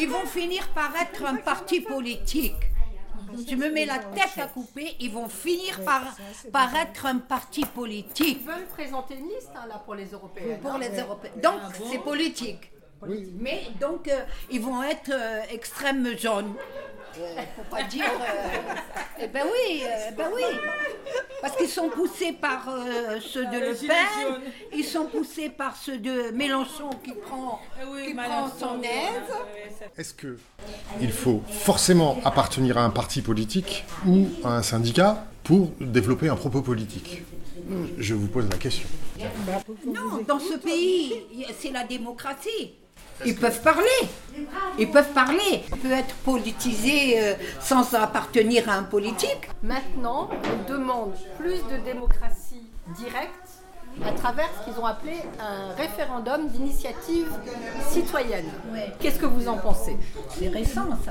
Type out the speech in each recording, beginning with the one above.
ils vont finir par être un parti politique. Je me mets la tête à couper, ils vont finir par être un parti politique. Ils veulent présenter une liste là pour les Européennes. Pour les Européens. Donc, c'est politique. Oui. Mais donc, ils vont être extrême jaune. Faut pas dire. Ben oui. Parce qu'ils sont poussés par ceux de Le Pen, ils sont poussés par ceux de Mélenchon qui prend son aise. Est-ce que il faut forcément appartenir à un parti politique ou à un syndicat pour développer un propos politique? Je vous pose la question. Non, dans ce pays, c'est la démocratie. Ils peuvent parler. On peut être politisé sans appartenir à un politique. Maintenant, on demande plus de démocratie directe à travers ce qu'ils ont appelé un référendum d'initiative citoyenne. Ouais. Qu'est-ce que vous en pensez? C'est récent, ça.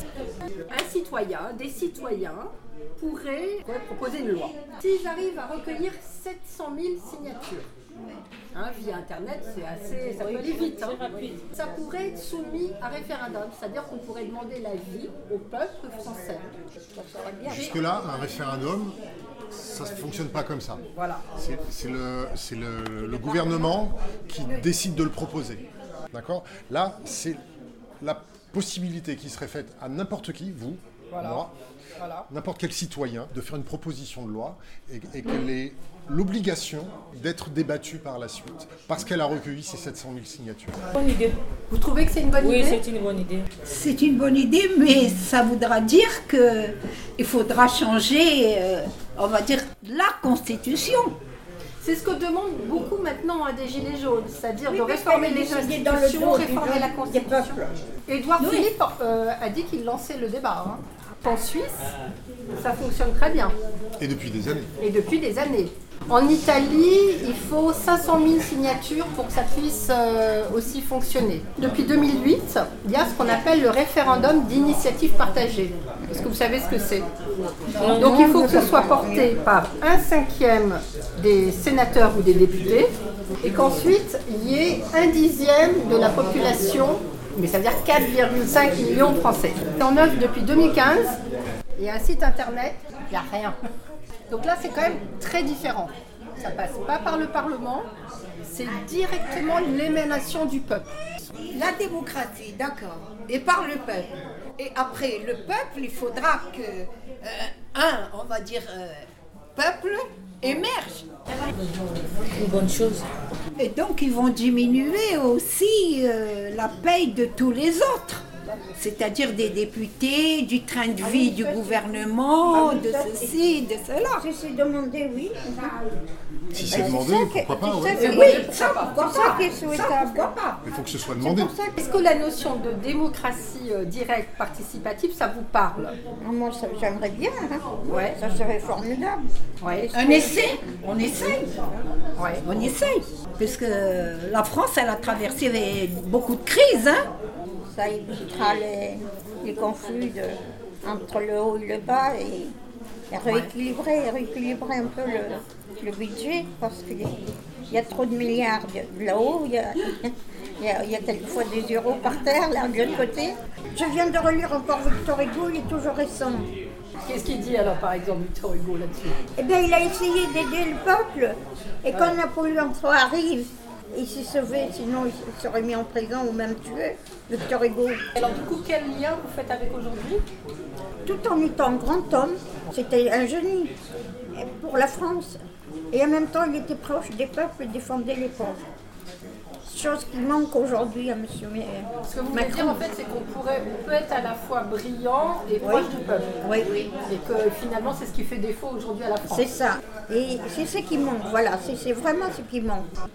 Des citoyens pourraient proposer une loi. S'ils arrivent à recueillir 700 000 signatures, via Internet, ça peut aller vite. Ça pourrait être soumis à référendum, c'est-à-dire qu'on pourrait demander l'avis au peuple français. Jusque-là, un référendum, ça ne fonctionne pas comme ça. Voilà. C'est le gouvernement qui décide de le proposer. D'accord ? Là, c'est la possibilité qui serait faite à n'importe qui, vous, moi, n'importe quel citoyen, de faire une proposition de loi et qu'elle ait l'obligation d'être débattue par la suite, parce qu'elle a recueilli ces 700 000 signatures. Bonne idée. Vous trouvez que c'est une bonne idée? Oui, c'est une bonne idée. C'est une bonne idée, mais ça voudra dire qu'il faudra changer, on va dire, la Constitution. C'est ce que demandent beaucoup maintenant des Gilets jaunes, c'est-à-dire de parce réformer qu'elle les est institutions, dans le dos réformer la des Constitution. peuples. Édouard Philippe a dit qu'il lançait le débat. En Suisse, ça fonctionne très bien. Et depuis des années. Et depuis des années. En Italie, il faut 500 000 signatures pour que ça puisse aussi fonctionner. Depuis 2008, il y a ce qu'on appelle le référendum d'initiative partagée. Est-ce que vous savez ce que c'est? Donc il faut que ce soit porté par 1/5 des sénateurs ou des députés et qu'ensuite il y ait 1/10 de la population, mais ça veut dire 4,5 millions de Français. C'est en œuvre depuis 2015, il y a un site internet, il n'y a rien. Donc là, c'est quand même très différent. Ça passe pas par le Parlement, c'est directement l'émanation du peuple. La démocratie, d'accord, et par le peuple. Et après, le peuple, il faudra que on va dire, peuple émerge. Une bonne chose. Et donc, ils vont diminuer aussi la paye de tous les autres. C'est-à-dire des députés, du train de vie du gouvernement, de ceci, de cela. Si c'est demandé, oui. Si c'est demandé, pourquoi pas? Ouais. Oui, ça, pourquoi C'est ça pas? qui est souhaitable. Pourquoi pas? Il faut que ce soit demandé. Est-ce que la notion de démocratie directe, participative, ça vous parle? Moi, j'aimerais bien. Ouais. Ça serait formidable. Ouais. Un essai, on essaye. Ouais. On essaye. Parce que la France, elle a traversé beaucoup de crises. Ça évitera les conflits entre le haut et le bas et rééquilibrer un peu le budget parce qu'il y a trop de milliards de là-haut, il y a quelquefois des euros par terre là de l'autre côté. Je viens de relire encore Victor Hugo, il est toujours récent. Qu'est-ce qu'il dit alors, par exemple, Victor Hugo là-dessus? Eh bien, il a essayé d'aider le peuple et quand Napoléon III arrive, il s'est sauvé, sinon il serait mis en prison ou même tué, Victor Hugo. Alors du coup, quel lien vous faites avec aujourd'hui? Tout en étant grand homme, c'était un génie pour la France. Et en même temps, il était proche des peuples et défendait les pauvres. Chose qui manque aujourd'hui à M. Macron. Ce que vous voulez dire en fait, c'est qu'on peut être à la fois brillant et proche du peuple. Oui. Et que finalement, c'est ce qui fait défaut aujourd'hui à la France. C'est ça. Et c'est ce qui manque, voilà, c'est vraiment ce qui manque.